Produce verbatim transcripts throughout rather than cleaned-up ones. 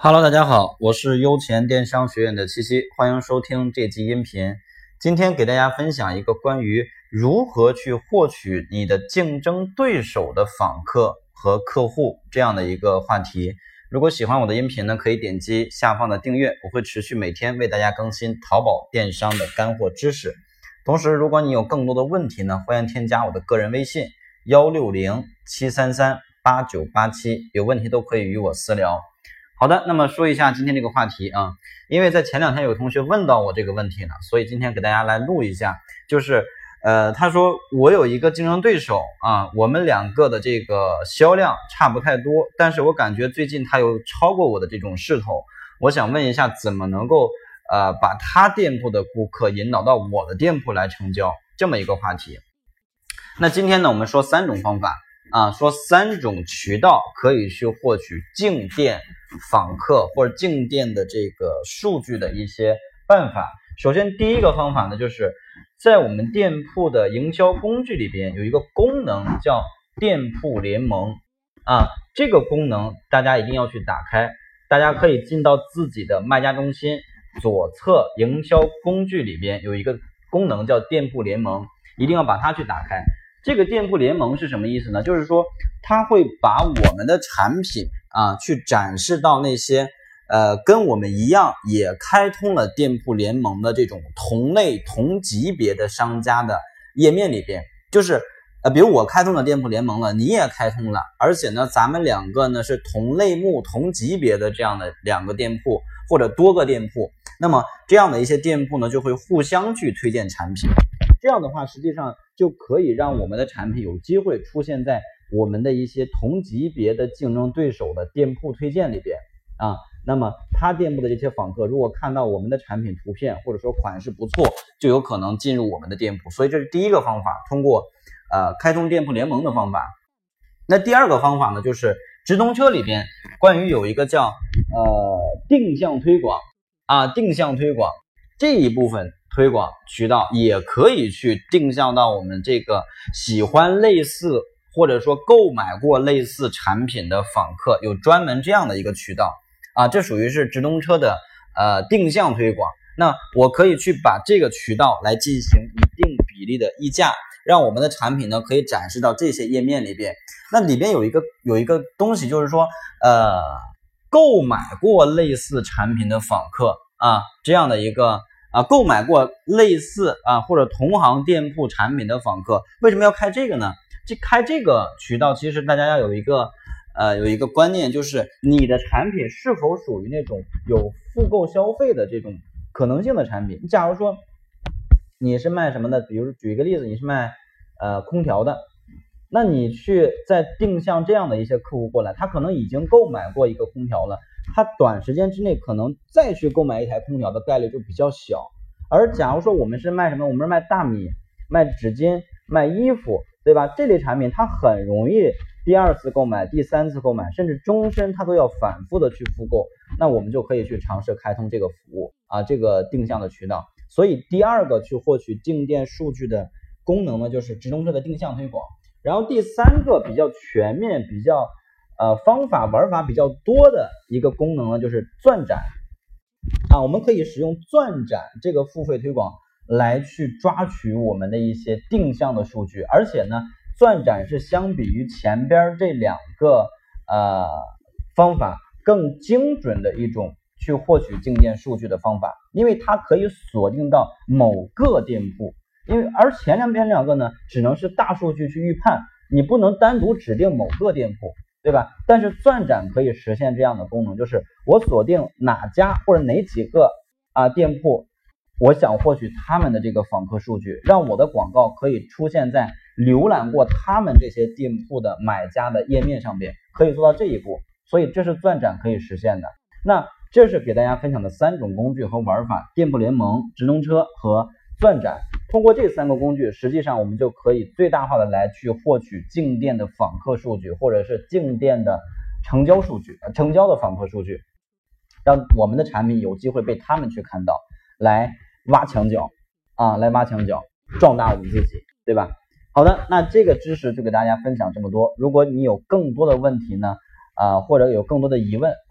Hello， 大家好，我是优钱电商学院的七七，欢迎收听这期音频。今天给大家分享一个关于如何去获取你的竞争对手的访客和客户这样的一个话题。如果喜欢我的音频呢，可以点击下方的订阅，我会持续每天为大家更新淘宝电商的干货知识。同时，如果你有更多的问题呢，欢迎添加我的个人微信一六零七三三八九八七，有问题都可以与我私聊。好的，那么说一下今天这个话题啊，因为在前两天有同学问到我这个问题呢，所以今天给大家来录一下，就是呃，他说我有一个竞争对手啊，我们两个的这个销量差不太多，但是我感觉最近他有超过我的这种势头，我想问一下怎么能够呃把他店铺的顾客引导到我的店铺来成交，这么一个话题。那今天呢，我们说三种方法啊，说三种渠道可以去获取进店访客或者进店的这个数据的一些办法。首先第一个方法呢，就是在我们店铺的营销工具里边有一个功能叫店铺联盟啊，这个功能大家一定要去打开，大家可以进到自己的卖家中心左侧营销工具里边有一个功能叫店铺联盟，一定要把它去打开。这个店铺联盟是什么意思呢？就是说它会把我们的产品啊去展示到那些呃跟我们一样也开通了店铺联盟的这种同类同级别的商家的页面里边，就是呃比如我开通了店铺联盟了，你也开通了，而且呢咱们两个呢是同类目同级别的这样的两个店铺或者多个店铺，那么这样的一些店铺呢就会互相去推荐产品，这样的话实际上就可以让我们的产品有机会出现在我们的一些同级别的竞争对手的店铺推荐里边啊。那么他店铺的这些访客如果看到我们的产品图片或者说款式不错，就有可能进入我们的店铺，所以这是第一个方法，通过呃开通店铺联盟的方法。那第二个方法呢，就是直通车里边关于有一个叫呃定向推广啊，定向推广这一部分推广渠道也可以去定向到我们这个喜欢类似或者说购买过类似产品的访客，有专门这样的一个渠道啊，这属于是直通车的呃定向推广。那我可以去把这个渠道来进行一定比例的溢价，让我们的产品呢可以展示到这些页面里边。那里边有一个有一个东西，就是说呃购买过类似产品的访客啊，这样的一个啊，购买过类似啊或者同行店铺产品的访客，为什么要开这个呢？这开这个渠道，其实大家要有一个呃有一个观念，就是你的产品是否属于那种有复购消费的这种可能性的产品。假如说你是卖什么的，比如举一个例子，你是卖呃空调的，那你去再定向这样的一些客户过来，他可能已经购买过一个空调了，他短时间之内可能再去购买一台空调的概率就比较小。而假如说我们是卖什么，我们是卖大米、卖纸巾、卖衣服，对吧？这类产品它很容易第二次购买、第三次购买，甚至终身它都要反复的去复购，那我们就可以去尝试开通这个服务啊，这个定向的渠道。所以第二个去获取进店数据的功能呢，就是直通车的定向推广。然后第三个比较全面、比较呃方法玩法比较多的一个功能呢，就是钻展啊，我们可以使用钻展这个付费推广来去抓取我们的一些定向的数据，而且呢，钻展是相比于前边这两个呃方法更精准的一种去获取进店数据的方法，因为它可以锁定到某个店铺，因为而前两边两个呢，只能是大数据去预判，你不能单独指定某个店铺，对吧？但是钻展可以实现这样的功能，就是我锁定哪家或者哪几个啊店铺，我想获取他们的这个访客数据，让我的广告可以出现在浏览过他们这些店铺的买家的页面上边，可以做到这一步。所以这是钻展可以实现的。那这是给大家分享的三种工具和玩法：店铺联盟、直通车和钻展。通过这三个工具，实际上我们就可以最大化的来去获取进店的访客数据，或者是进店的成交数据、成交的访客数据，让我们的产品有机会被他们去看到，来挖墙脚啊，来挖墙脚，壮大我们自己，对吧？好的，那这个知识就给大家分享这么多。如果你有更多的问题呢，啊、呃，或者有更多的疑问，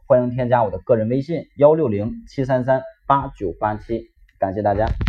欢迎添加我的个人微信幺六零七三三八九八七，感谢大家。